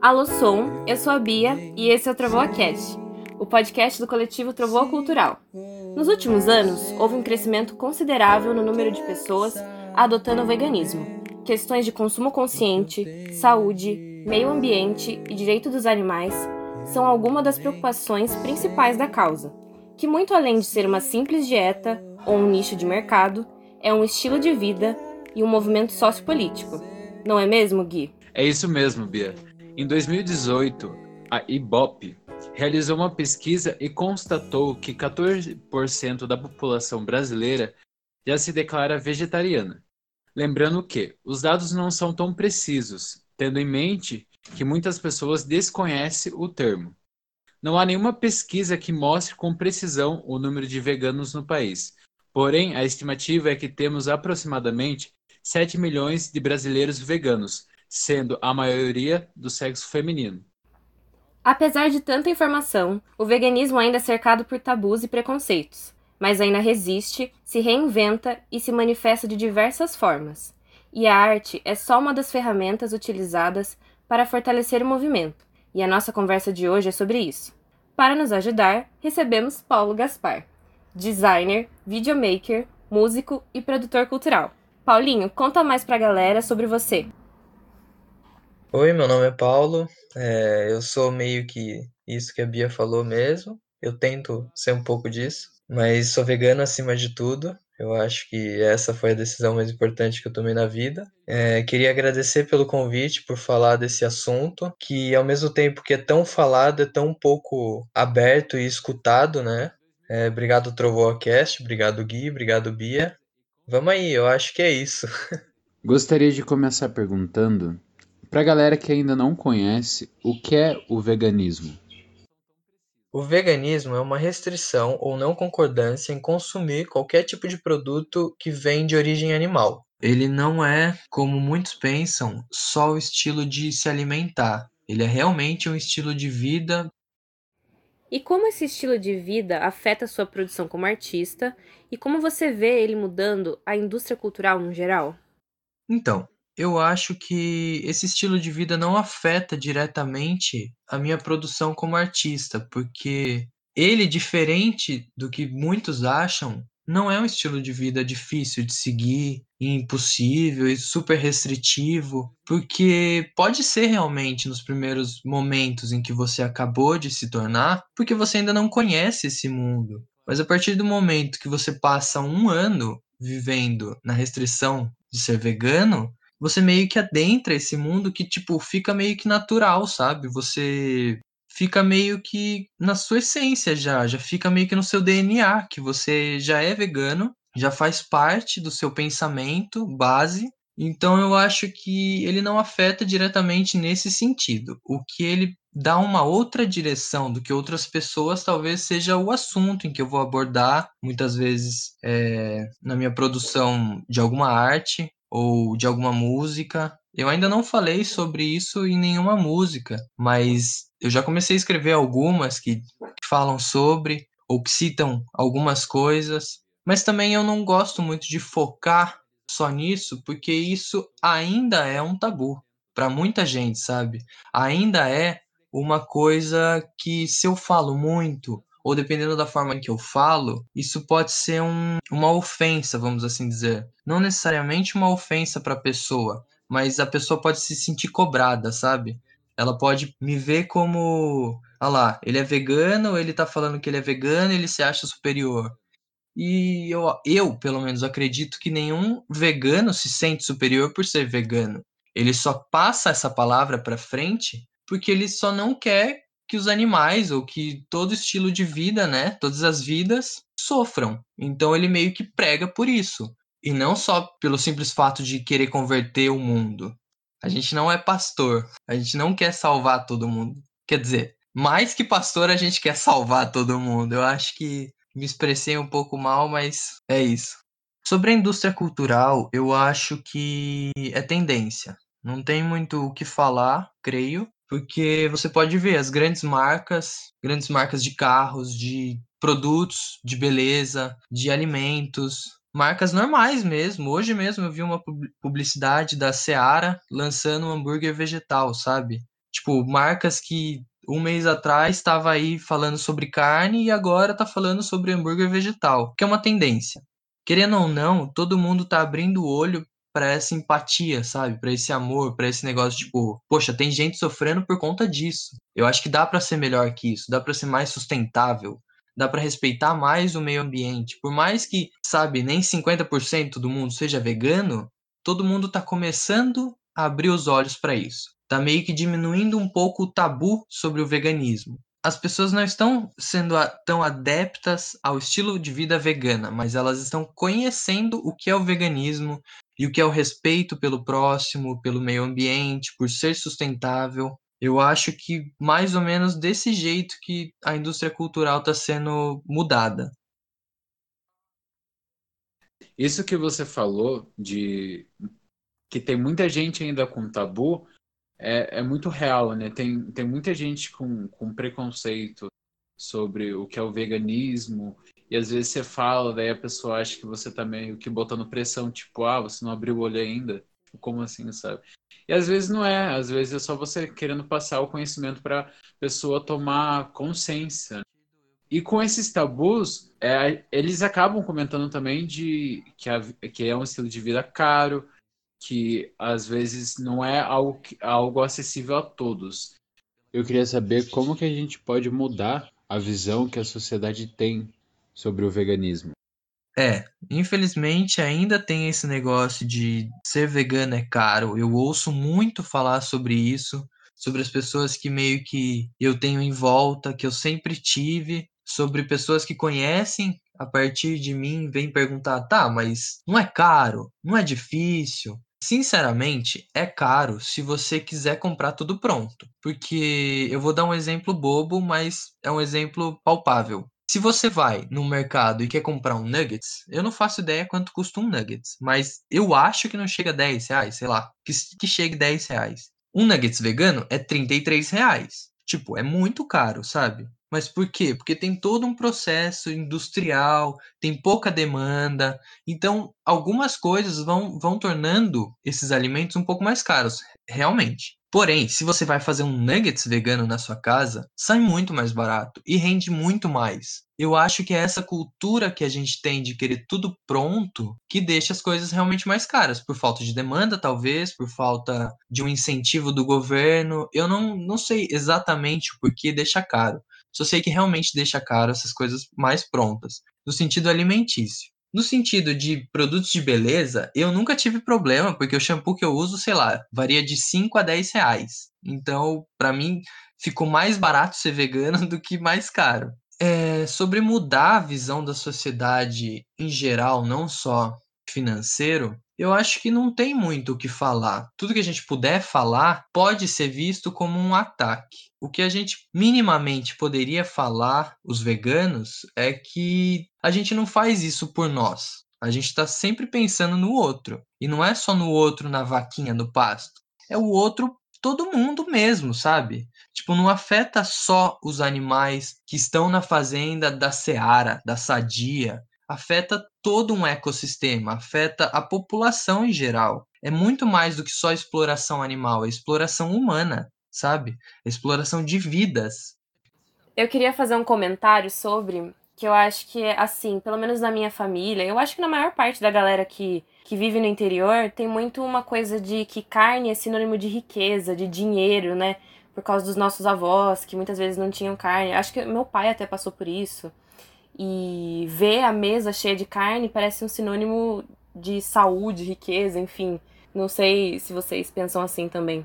Alô som, eu sou a Bia e esse é o TrovoaCast, o podcast do coletivo Trovoa Cultural. Nos últimos anos, houve um crescimento considerável no número de pessoas adotando o veganismo. Questões de consumo consciente, saúde, meio ambiente e direito dos animais são algumas das preocupações principais da causa, que muito além de ser uma simples dieta ou um nicho de mercado, é um estilo de vida e um movimento sociopolítico. Não é mesmo, Gui? É isso mesmo, Bia. Em 2018, a Ibope realizou uma pesquisa e constatou que 14% da população brasileira já se declara vegetariana. Lembrando que os dados não são tão precisos, tendo em mente que muitas pessoas desconhecem o termo. Não há nenhuma pesquisa que mostre com precisão o número de veganos no país. Porém, a estimativa é que temos aproximadamente 7 milhões de brasileiros veganos, sendo a maioria do sexo feminino. Apesar de tanta informação, o veganismo ainda é cercado por tabus e preconceitos, mas ainda resiste, se reinventa e se manifesta de diversas formas. E a arte é só uma das ferramentas utilizadas para fortalecer o movimento, e a nossa conversa de hoje é sobre isso. Para nos ajudar, recebemos Paulo Gaspar, designer, videomaker, músico e produtor cultural. Paulinho, conta mais pra galera sobre você. Oi, meu nome é Paulo. Eu sou meio que isso que a Bia falou mesmo. Eu tento ser um pouco disso, mas sou vegano acima de tudo. Eu acho que essa foi a decisão mais importante que eu tomei na vida. Queria agradecer pelo convite, por falar desse assunto, que ao mesmo tempo que é tão falado, é tão pouco aberto e escutado, né? Obrigado, TrovoaCast, obrigado, Gui, obrigado, Bia. Vamos aí, eu acho que é isso. Gostaria de começar perguntando, para a galera que ainda não conhece, o que é o veganismo? O veganismo é uma restrição ou não concordância em consumir qualquer tipo de produto que vem de origem animal. Ele não é, como muitos pensam, só o estilo de se alimentar. Ele é realmente um estilo de vida. E como esse estilo de vida afeta a sua produção como artista e como você vê ele mudando a indústria cultural no geral? Então, eu acho que esse estilo de vida não afeta diretamente a minha produção como artista, porque ele, diferente do que muitos acham, não é um estilo de vida difícil de seguir, e impossível e super restritivo, porque pode ser realmente nos primeiros momentos em que você acabou de se tornar, porque você ainda não conhece esse mundo. Mas a partir do momento que você passa um ano vivendo na restrição de ser vegano, você meio que adentra esse mundo que, tipo, fica meio que natural, sabe? Você fica meio que na sua essência já fica meio que no seu DNA, que você já é vegano, já faz parte do seu pensamento base. Então eu acho que ele não afeta diretamente nesse sentido. O que ele dá uma outra direção do que outras pessoas, talvez seja o assunto em que eu vou abordar, muitas vezes na minha produção de alguma arte ou de alguma música. Eu ainda não falei sobre isso em nenhuma música, mas eu já comecei a escrever algumas que falam sobre ou que citam algumas coisas, mas também eu não gosto muito de focar só nisso, porque isso ainda é um tabu para muita gente, sabe? Ainda é uma coisa que, se eu falo muito, ou dependendo da forma em que eu falo, isso pode ser uma ofensa, vamos assim dizer. Não necessariamente uma ofensa para a pessoa, mas a pessoa pode se sentir cobrada, sabe? Ela pode me ver como, ah lá, ele é vegano, ele tá falando que ele é vegano, ele se acha superior. E eu, pelo menos, acredito que nenhum vegano se sente superior por ser vegano. Ele só passa essa palavra para frente porque ele só não quer que os animais ou que todo estilo de vida, né, todas as vidas sofram. Então ele meio que prega por isso. E não só pelo simples fato de querer converter o mundo. A gente não é pastor, a gente não quer salvar todo mundo. Quer dizer, mais que pastor, a gente quer salvar todo mundo. Eu acho que me expressei um pouco mal, mas é isso. Sobre a indústria cultural, eu acho que é tendência. Não tem muito o que falar, creio, porque você pode ver as grandes marcas de carros, de produtos de beleza, de alimentos, marcas normais mesmo. Hoje mesmo eu vi uma publicidade da Seara lançando um hambúrguer vegetal, sabe? Tipo, marcas que um mês atrás estava aí falando sobre carne e agora tá falando sobre hambúrguer vegetal, que é uma tendência. Querendo ou não, todo mundo tá abrindo o olho pra essa empatia, sabe? Pra esse amor, pra esse negócio tipo, poxa, tem gente sofrendo por conta disso. Eu acho que dá pra ser melhor que isso, dá pra ser mais sustentável, dá pra respeitar mais o meio ambiente. Por mais que, sabe, nem 50% do mundo seja vegano, todo mundo tá começando a abrir os olhos pra isso. Tá meio que diminuindo um pouco o tabu sobre o veganismo. As pessoas não estão sendo tão adeptas ao estilo de vida vegana, mas elas estão conhecendo o que é o veganismo e o que é o respeito pelo próximo, pelo meio ambiente, por ser sustentável. Eu acho que mais ou menos desse jeito que a indústria cultural está sendo mudada. Isso que você falou de que tem muita gente ainda com tabu é muito real, né? Tem muita gente com preconceito sobre o que é o veganismo, e às vezes você fala, daí a pessoa acha que você tá meio que botando pressão, tipo, ah, você não abriu o olho ainda? Tipo, como assim, sabe? E às vezes não é, às vezes é só você querendo passar o conhecimento para pessoa tomar consciência. E com esses tabus, eles acabam comentando também de que é um estilo de vida caro, que às vezes não é algo acessível a todos. Eu queria saber como que a gente pode mudar a visão que a sociedade tem sobre o veganismo. Infelizmente ainda tem esse negócio de ser vegano é caro. Eu ouço muito falar sobre isso, sobre as pessoas que meio que eu tenho em volta, que eu sempre tive, sobre pessoas que conhecem a partir de mim, vêm perguntar, tá, mas não é caro? Não é difícil? Sinceramente, é caro se você quiser comprar tudo pronto. Porque eu vou dar um exemplo bobo, mas é um exemplo palpável. Se você vai no mercado e quer comprar um nuggets, eu não faço ideia quanto custa um nuggets, mas eu acho que não chega a 10 reais, sei lá, que chegue 10 reais. Um nuggets vegano é 33 reais. Tipo, é muito caro, sabe? Mas por quê? Porque tem todo um processo industrial, tem pouca demanda, então algumas coisas vão tornando esses alimentos um pouco mais caros, realmente. Porém, se você vai fazer um nuggets vegano na sua casa, sai muito mais barato e rende muito mais. Eu acho que é essa cultura que a gente tem de querer tudo pronto que deixa as coisas realmente mais caras, por falta de demanda, talvez, por falta de um incentivo do governo. Eu não sei exatamente o porquê deixa caro. Só sei que realmente deixa caro essas coisas mais prontas, no sentido alimentício. No sentido de produtos de beleza, eu nunca tive problema, porque o shampoo que eu uso, sei lá, varia de 5 a 10 reais. Então, pra mim, ficou mais barato ser vegano do que mais caro. Sobre mudar a visão da sociedade em geral, não só financeiro, eu acho que não tem muito o que falar. Tudo que a gente puder falar pode ser visto como um ataque. O que a gente minimamente poderia falar, os veganos, é que a gente não faz isso por nós. A gente está sempre pensando no outro. E não é só no outro na vaquinha no pasto. É o outro, todo mundo mesmo, sabe? Tipo, não afeta só os animais que estão na fazenda da Seara, da Sadia. Afeta todo um ecossistema, afeta a população em geral. É muito mais do que só exploração animal, é exploração humana, sabe? É exploração de vidas. Eu queria fazer um comentário sobre que eu acho que, assim, pelo menos na minha família, eu acho que na maior parte da galera que vive no interior, tem muito uma coisa de que carne é sinônimo de riqueza, de dinheiro, né? Por causa dos nossos avós, que muitas vezes não tinham carne. Acho que meu pai até passou por isso. E ver a mesa cheia de carne parece um sinônimo de saúde, riqueza, enfim. Não sei se vocês pensam assim também.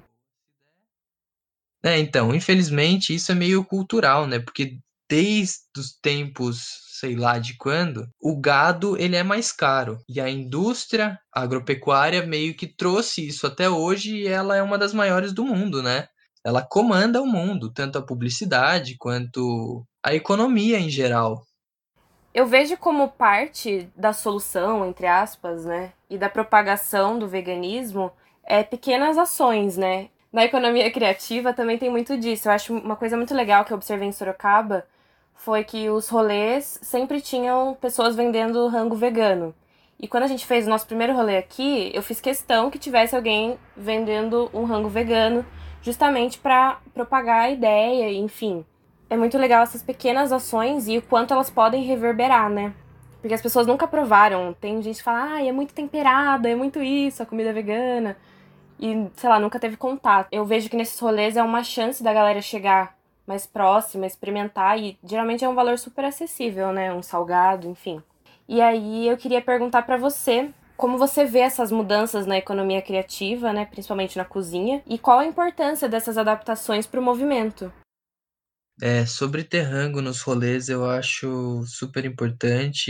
Então, infelizmente, isso é meio cultural, né? Porque desde os tempos, sei lá de quando, o gado ele é mais caro. E a indústria agropecuária meio que trouxe isso até hoje e ela é uma das maiores do mundo, né? Ela comanda o mundo, tanto a publicidade quanto a economia em geral. Eu vejo como parte da solução, entre aspas, né, e da propagação do veganismo pequenas ações, né? Na economia criativa também tem muito disso. Eu acho uma coisa muito legal que eu observei em Sorocaba foi que os rolês sempre tinham pessoas vendendo rango vegano. E quando a gente fez o nosso primeiro rolê aqui, eu fiz questão que tivesse alguém vendendo um rango vegano, justamente para propagar a ideia, enfim. É muito legal essas pequenas ações e o quanto elas podem reverberar, né? Porque as pessoas nunca provaram. Tem gente que fala, é muito temperada, é muito isso, a comida vegana. E, sei lá, nunca teve contato. Eu vejo que nesses rolês é uma chance da galera chegar mais próxima, experimentar, e geralmente é um valor super acessível, né? Um salgado, enfim. E aí eu queria perguntar pra você como você vê essas mudanças na economia criativa, né? Principalmente na cozinha, e qual a importância dessas adaptações pro movimento. Sobre ter rango nos rolês eu acho super importante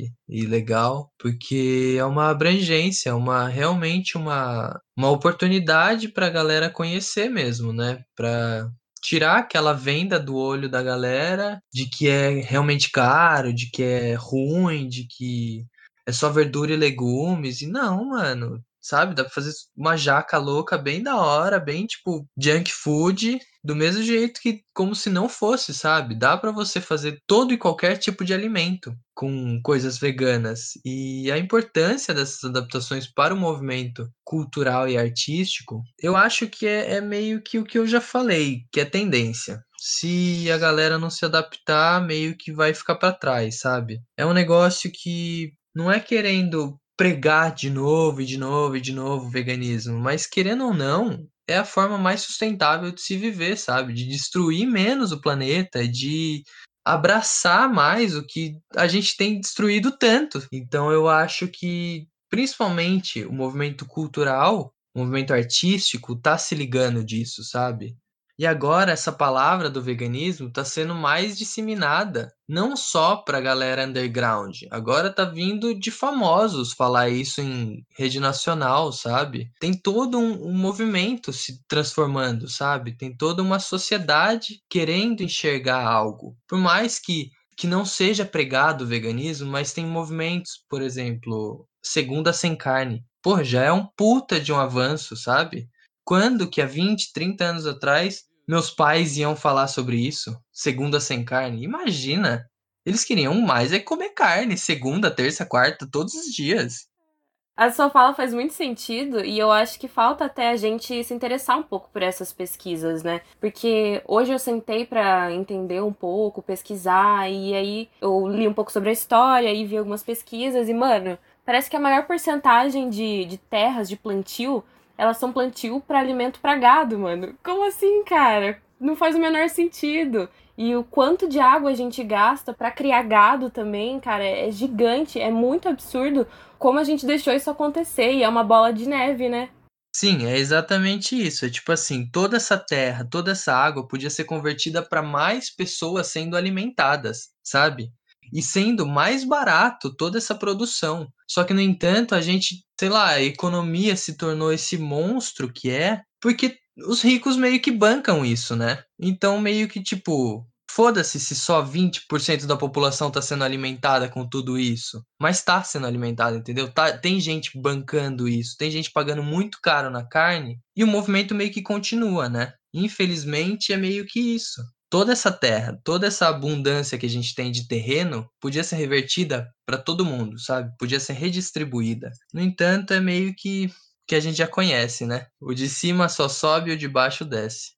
e legal, porque é uma abrangência, realmente uma oportunidade para a galera conhecer mesmo, né? Para tirar aquela venda do olho da galera de que é realmente caro, de que é ruim, de que é só verdura e legumes. E não, mano, sabe? Dá pra fazer uma jaca louca bem da hora, bem tipo junk food do mesmo jeito que, como se não fosse, sabe? Dá pra você fazer todo e qualquer tipo de alimento com coisas veganas. E a importância dessas adaptações para o movimento cultural e artístico, eu acho que é meio que o que eu já falei, que é tendência. Se a galera não se adaptar, meio que vai ficar para trás, sabe? É um negócio que não é querendo pregar de novo e de novo e de novo o veganismo, mas querendo ou não, é a forma mais sustentável de se viver, sabe? De destruir menos o planeta, de abraçar mais o que a gente tem destruído tanto. Então eu acho que, principalmente, o movimento cultural, o movimento artístico, tá se ligando disso, sabe? E agora essa palavra do veganismo está sendo mais disseminada, não só para a galera underground. Agora tá vindo de famosos falar isso em rede nacional, sabe? Tem todo um movimento se transformando, sabe? Tem toda uma sociedade querendo enxergar algo. Por mais que não seja pregado o veganismo, mas tem movimentos, por exemplo, Segunda Sem Carne. Pô, já é um puta de um avanço, sabe? Quando que há 20, 30 anos atrás meus pais iam falar sobre isso? Segunda sem carne? Imagina! Eles queriam mais é comer carne, segunda, terça, quarta, todos os dias. A sua fala faz muito sentido e eu acho que falta até a gente se interessar um pouco por essas pesquisas, né? Porque hoje eu sentei pra entender um pouco, pesquisar, e aí eu li um pouco sobre a história e vi algumas pesquisas e, mano, parece que a maior porcentagem de terras de plantio, elas são plantio pra alimento pra gado, mano. Como assim, cara? Não faz o menor sentido. E o quanto de água a gente gasta pra criar gado também, cara, é gigante, é muito absurdo como a gente deixou isso acontecer, e é uma bola de neve, né? Sim, é exatamente isso. É tipo assim, toda essa terra, toda essa água podia ser convertida para mais pessoas sendo alimentadas, sabe? E sendo mais barato toda essa produção. Só que, no entanto, a gente, sei lá, a economia se tornou esse monstro que é, porque os ricos meio que bancam isso, né? Então, meio que tipo, foda-se se só 20% da população está sendo alimentada com tudo isso. Mas está sendo alimentada, entendeu? Tem gente bancando isso, tem gente pagando muito caro na carne e o movimento meio que continua, né? Infelizmente é meio que isso. Toda essa terra, toda essa abundância que a gente tem de terreno podia ser revertida para todo mundo, sabe? Podia ser redistribuída. No entanto, é meio que a gente já conhece, né? O de cima só sobe e o de baixo desce.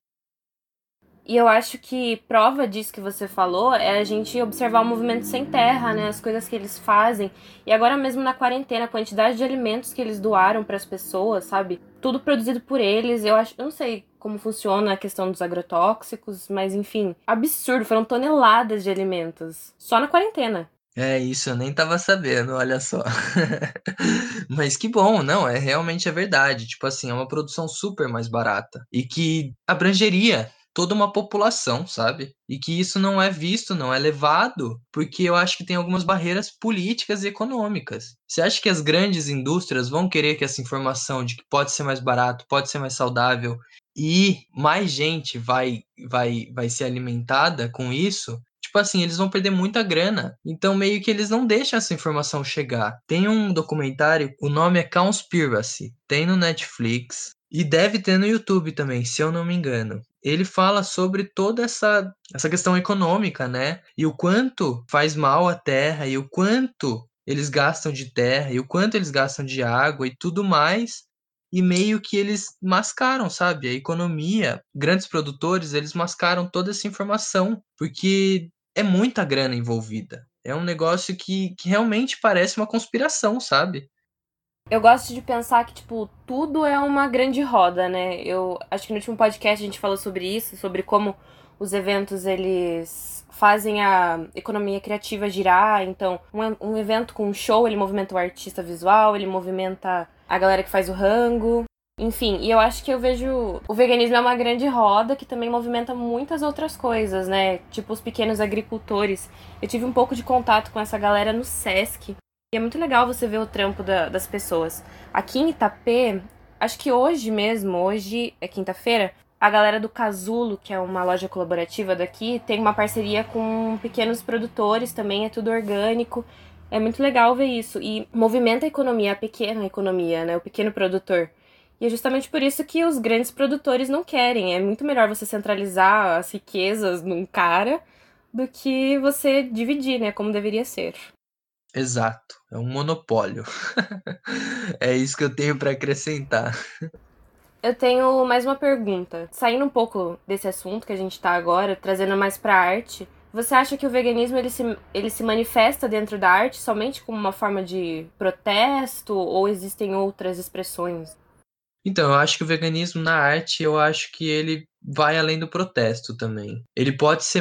E eu acho que prova disso que você falou é a gente observar o movimento sem terra, né? As coisas que eles fazem. E agora mesmo na quarentena, a quantidade de alimentos que eles doaram para as pessoas, sabe? Tudo produzido por eles. Eu não sei como funciona a questão dos agrotóxicos, mas enfim, absurdo, foram toneladas de alimentos só na quarentena. É isso, eu nem tava sabendo, olha só. Mas que bom, não, realmente é verdade. Tipo assim, é uma produção super mais barata e que abrangeria toda uma população, sabe? E que isso não é visto, não é levado, porque eu acho que tem algumas barreiras políticas e econômicas. Você acha que as grandes indústrias vão querer que essa informação de que pode ser mais barato, pode ser mais saudável e mais gente vai ser alimentada com isso? Tipo assim, eles vão perder muita grana. Então, meio que eles não deixam essa informação chegar. Tem um documentário, o nome é Cowspiracy. Tem no Netflix. E deve ter no YouTube também, se eu não me engano. Ele fala sobre toda essa questão econômica, né? E o quanto faz mal à terra, e o quanto eles gastam de terra, e o quanto eles gastam de água e tudo mais. e meio que eles mascaram, sabe? A economia, grandes produtores, eles mascaram toda essa informação, porque é muita grana envolvida. É um negócio que realmente parece uma conspiração, sabe? Eu gosto de pensar que, tipo, tudo é uma grande roda, né? Eu acho que no último podcast a gente falou sobre isso, sobre como os eventos, eles fazem a economia criativa girar. Então, um evento com um show, ele movimenta o artista visual, ele movimenta a galera que faz o rango. Enfim, e eu acho que eu vejo o veganismo é uma grande roda que também movimenta muitas outras coisas, né? Tipo os pequenos agricultores. Eu tive um pouco de contato com essa galera no Sesc. E é muito legal você ver o trampo das pessoas. Aqui em Itapê, acho que hoje mesmo, hoje é quinta-feira, a galera do Casulo, que é uma loja colaborativa daqui, tem uma parceria com pequenos produtores também, é tudo orgânico. É muito legal ver isso. E movimenta a economia, a pequena economia, né? O pequeno produtor. E é justamente por isso que os grandes produtores não querem. É muito melhor você centralizar as riquezas num cara do que você dividir, né? Como deveria ser. Exato, é um monopólio. É isso que eu tenho para acrescentar. Eu tenho mais uma pergunta. Saindo um pouco desse assunto que a gente tá agora, trazendo mais pra arte, você acha que o veganismo ele se manifesta dentro da arte somente como uma forma de protesto ou existem outras expressões? Então, eu acho que o veganismo na arte, eu acho que ele vai além do protesto também. Ele pode ser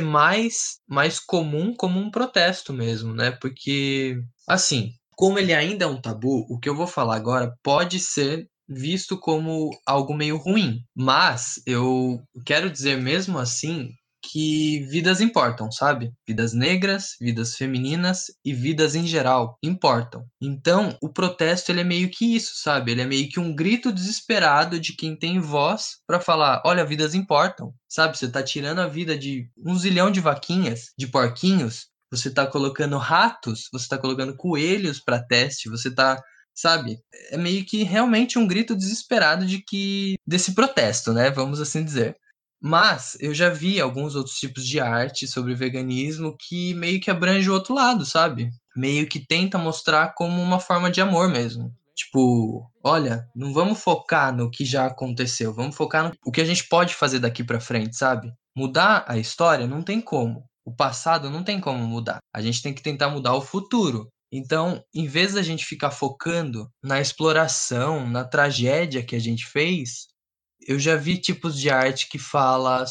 mais comum como um protesto mesmo, né? Porque, assim, como ele ainda é um tabu, o que eu vou falar agora pode ser visto como algo meio ruim. Mas eu quero dizer mesmo assim que vidas importam, sabe? Vidas negras, vidas femininas e vidas em geral importam. Então, o protesto ele é meio que isso, sabe? Ele é meio que um grito desesperado de quem tem voz para falar, olha, vidas importam, sabe? Você tá tirando a vida de 1 zilhão de vaquinhas, de porquinhos, você tá colocando ratos, você tá colocando coelhos para teste, você tá, sabe? É meio que realmente um grito desesperado desse protesto, né? Vamos assim dizer. Mas eu já vi alguns outros tipos de arte sobre veganismo que meio que abrange o outro lado, sabe? Meio que tenta mostrar como uma forma de amor mesmo. Tipo, olha, não vamos focar no que já aconteceu, vamos focar no que a gente pode fazer daqui pra frente, sabe? Mudar a história não tem como. O passado não tem como mudar. A gente tem que tentar mudar o futuro. Então, em vez da gente ficar focando na exploração, na tragédia que a gente fez, eu já vi tipos de arte que fala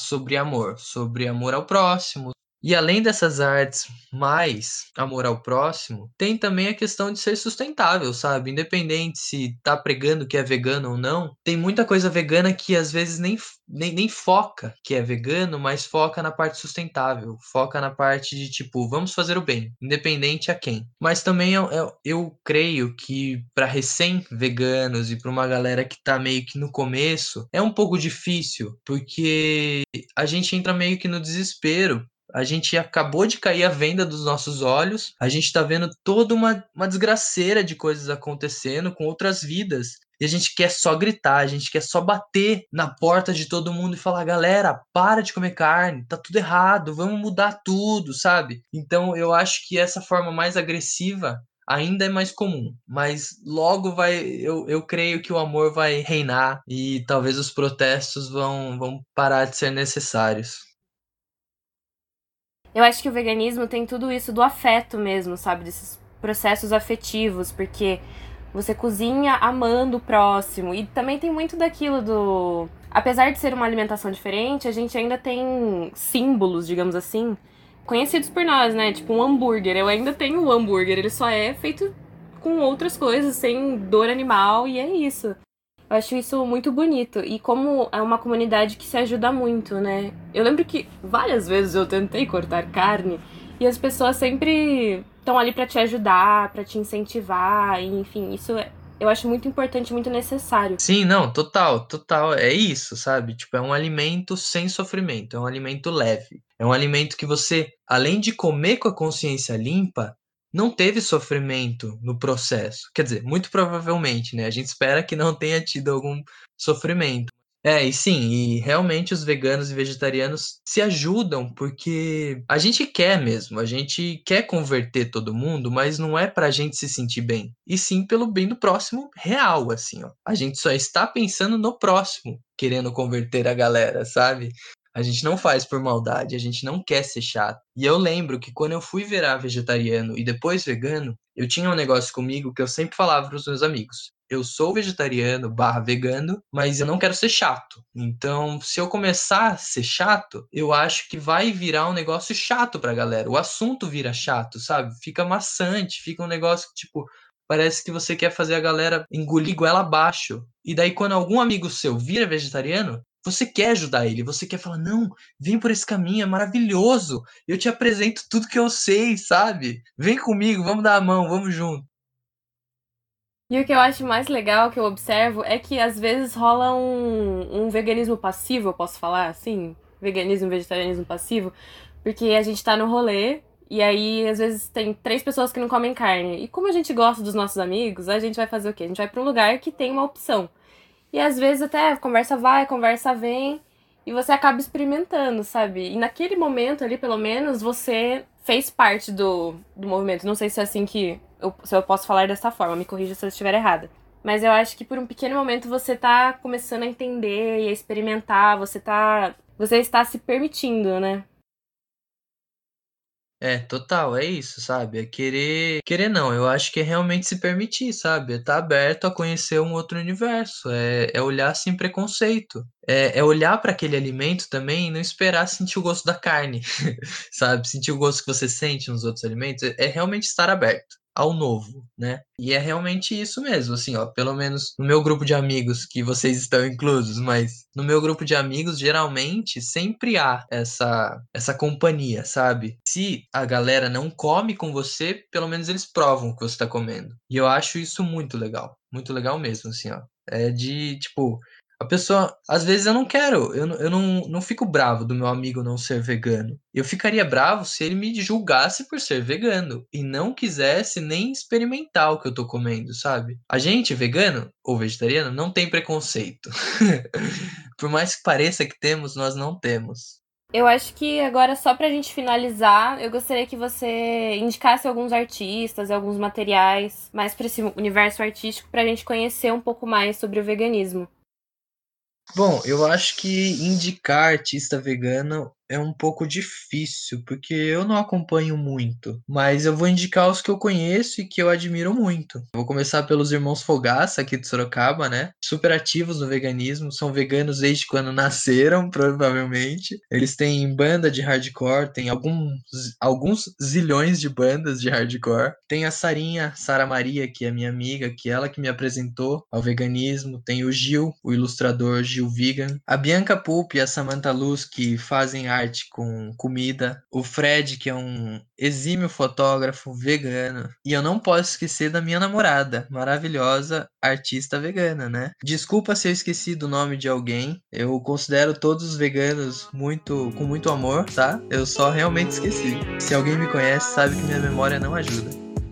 sobre amor ao próximo. E além dessas artes mais amor ao próximo, tem também a questão de ser sustentável, sabe? Independente se tá pregando que é vegano ou não, tem muita coisa vegana que às vezes nem foca que é vegano, mas foca na parte sustentável, foca na parte de tipo, vamos fazer o bem, independente a quem. Mas também eu creio que para recém-veganos e para uma galera que tá meio que no começo, é um pouco difícil, porque a gente entra meio que no desespero. A gente acabou de cair a venda dos nossos olhos, a gente tá vendo toda uma desgraceira de coisas acontecendo com outras vidas. E a gente quer só gritar, a gente quer só bater na porta de todo mundo e falar: galera, para de comer carne, tá tudo errado, vamos mudar tudo, sabe? Então eu acho que essa forma mais agressiva ainda é mais comum, mas logo eu creio que o amor vai reinar e talvez os protestos vão parar de ser necessários. Eu acho que o veganismo tem tudo isso do afeto mesmo, sabe? Desses processos afetivos, porque você cozinha amando o próximo. E também tem muito daquilo do. Apesar de ser uma alimentação diferente, a gente ainda tem símbolos, digamos assim, conhecidos por nós, né? Tipo um hambúrguer. Eu ainda tenho o hambúrguer, ele só é feito com outras coisas, sem dor animal, e é isso. Eu acho isso muito bonito. E como é uma comunidade que se ajuda muito, né? Eu lembro que várias vezes eu tentei cortar carne e as pessoas sempre estão ali pra te ajudar, pra te incentivar, e, enfim, eu acho muito importante, muito necessário. Sim, não, total, total. É isso, sabe? Tipo, é um alimento sem sofrimento, é um alimento leve. É um alimento que você, além de comer com a consciência limpa, não teve sofrimento no processo. Quer dizer, muito provavelmente, né? A gente espera que não tenha tido algum sofrimento. E sim, e realmente os veganos e vegetarianos se ajudam porque a gente quer mesmo, a gente quer converter todo mundo, mas não é pra gente se sentir bem, e sim pelo bem do próximo real, assim, ó. A gente só está pensando no próximo, querendo converter a galera, sabe? A gente não faz por maldade, a gente não quer ser chato. E eu lembro que quando eu fui virar vegetariano e depois vegano, eu tinha um negócio comigo que eu sempre falava pros meus amigos. Eu sou vegetariano barra vegano, mas eu não quero ser chato. Então, se eu começar a ser chato, eu acho que vai virar um negócio chato pra galera. O assunto vira chato, sabe? Fica maçante, fica um negócio que, tipo, parece que você quer fazer a galera engolir goela abaixo. E daí, quando algum amigo seu vira vegetariano, você quer ajudar ele, você quer falar, não, vem por esse caminho, é maravilhoso. Eu te apresento tudo que eu sei, sabe? Vem comigo, vamos dar a mão, vamos junto. E o que eu acho mais legal que eu observo é que às vezes rola um veganismo passivo, eu posso falar assim? Veganismo, vegetarianismo passivo, porque a gente tá no rolê e aí às vezes tem 3 pessoas que não comem carne. E como a gente gosta dos nossos amigos, a gente vai fazer o quê? A gente vai pra um lugar que tem uma opção. E às vezes até conversa vai, conversa vem, e você acaba experimentando, sabe? E naquele momento ali, pelo menos, você fez parte do movimento. Não sei se é assim que se eu posso falar dessa forma, me corrija se eu estiver errada. Mas eu acho que por um pequeno momento você tá começando a entender e a experimentar, você está se permitindo, né? Total, é isso, sabe? É querer não, eu acho que é realmente se permitir, sabe? É estar aberto a conhecer um outro universo, é olhar sem preconceito, é olhar para aquele alimento também e não esperar sentir o gosto da carne, sabe? Sentir o gosto que você sente nos outros alimentos, é realmente estar aberto ao novo, né? E é realmente isso mesmo, assim, ó, pelo menos no meu grupo de amigos, que vocês estão inclusos, mas no meu grupo de amigos, geralmente, sempre há essa companhia, sabe? Se a galera não come com você, pelo menos eles provam o que você tá comendo. E eu acho isso muito legal mesmo, assim, ó. É de, tipo, a pessoa, às vezes eu não quero, eu não fico bravo do meu amigo não ser vegano. Eu ficaria bravo se ele me julgasse por ser vegano e não quisesse nem experimentar o que eu tô comendo, sabe? A gente, vegano ou vegetariano, não tem preconceito. Por mais que pareça que temos, nós não temos. Eu acho que agora, só pra gente finalizar, eu gostaria que você indicasse alguns artistas, alguns materiais, mais pra esse universo artístico, pra gente conhecer um pouco mais sobre o veganismo. Bom, eu acho que indicar artista vegano é um pouco difícil, porque eu não acompanho muito, mas eu vou indicar os que eu conheço e que eu admiro muito. Eu vou começar pelos irmãos Fogaça, aqui de Sorocaba, né? Super ativos no veganismo, são veganos desde quando nasceram, provavelmente. Eles têm banda de hardcore, tem alguns zilhões de bandas de hardcore. Tem a Sarinha, Sara Maria, que é minha amiga, que é ela que me apresentou ao veganismo. Tem o Gil, o ilustrador Gil Vegan. A Bianca Pulp e a Samantha Luz, que fazem arte com comida. O Fred, que é um exímio fotógrafo vegano. E eu não posso esquecer da minha namorada, maravilhosa artista vegana, né? Desculpa se eu esqueci do nome de alguém. Eu considero todos os veganos com muito amor, tá? Eu só realmente esqueci. Se alguém me conhece, sabe que minha memória não ajuda.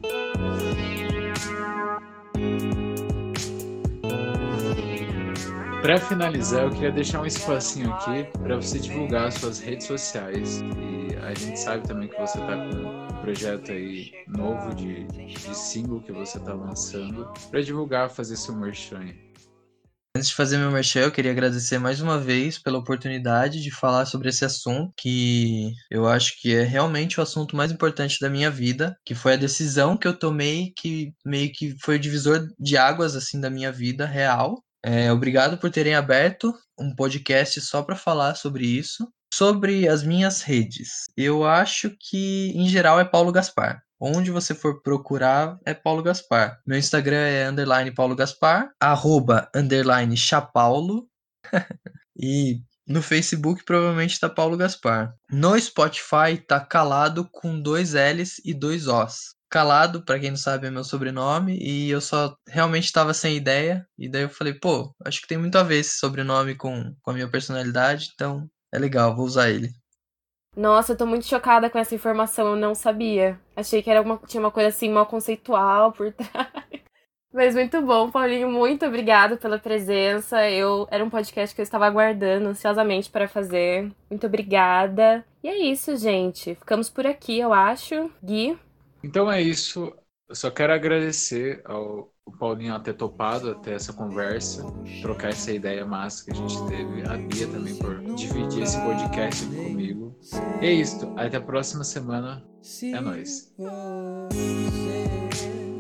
Para finalizar, eu queria deixar um espacinho aqui para você divulgar suas redes sociais. E a gente sabe também que você está com um projeto aí novo de single que você está lançando para divulgar, fazer seu merchan aí. Antes de fazer meu merchan, eu queria agradecer mais uma vez pela oportunidade de falar sobre esse assunto, que eu acho que é realmente o assunto mais importante da minha vida, que foi a decisão que eu tomei, que meio que foi o divisor de águas assim da minha vida real. Obrigado por terem aberto um podcast só para falar sobre isso. Sobre as minhas redes, eu acho que em geral é Paulo Gaspar. Onde você for procurar é Paulo Gaspar. Meu Instagram é _ Paulo Gaspar, @ Chapaulo. E no Facebook provavelmente tá Paulo Gaspar. No Spotify tá Calado com 2 L's e 2 O's. Calado, pra quem não sabe, é meu sobrenome e eu só realmente tava sem ideia. E daí eu falei, pô, acho que tem muito a ver esse sobrenome com a minha personalidade, então é legal, vou usar ele. Nossa, eu tô muito chocada com essa informação, eu não sabia. Achei que tinha uma coisa assim mal conceitual por trás. Mas muito bom, Paulinho, muito obrigado pela presença. Era um podcast que eu estava aguardando ansiosamente para fazer. Muito obrigada. E é isso, gente. Ficamos por aqui, eu acho. Gui? Então é isso. Eu só quero agradecer ao Paulinho ter topado até essa conversa, trocar essa ideia massa que a gente teve, a Bia também por dividir esse podcast comigo. E é isso. Até a próxima semana. É nóis.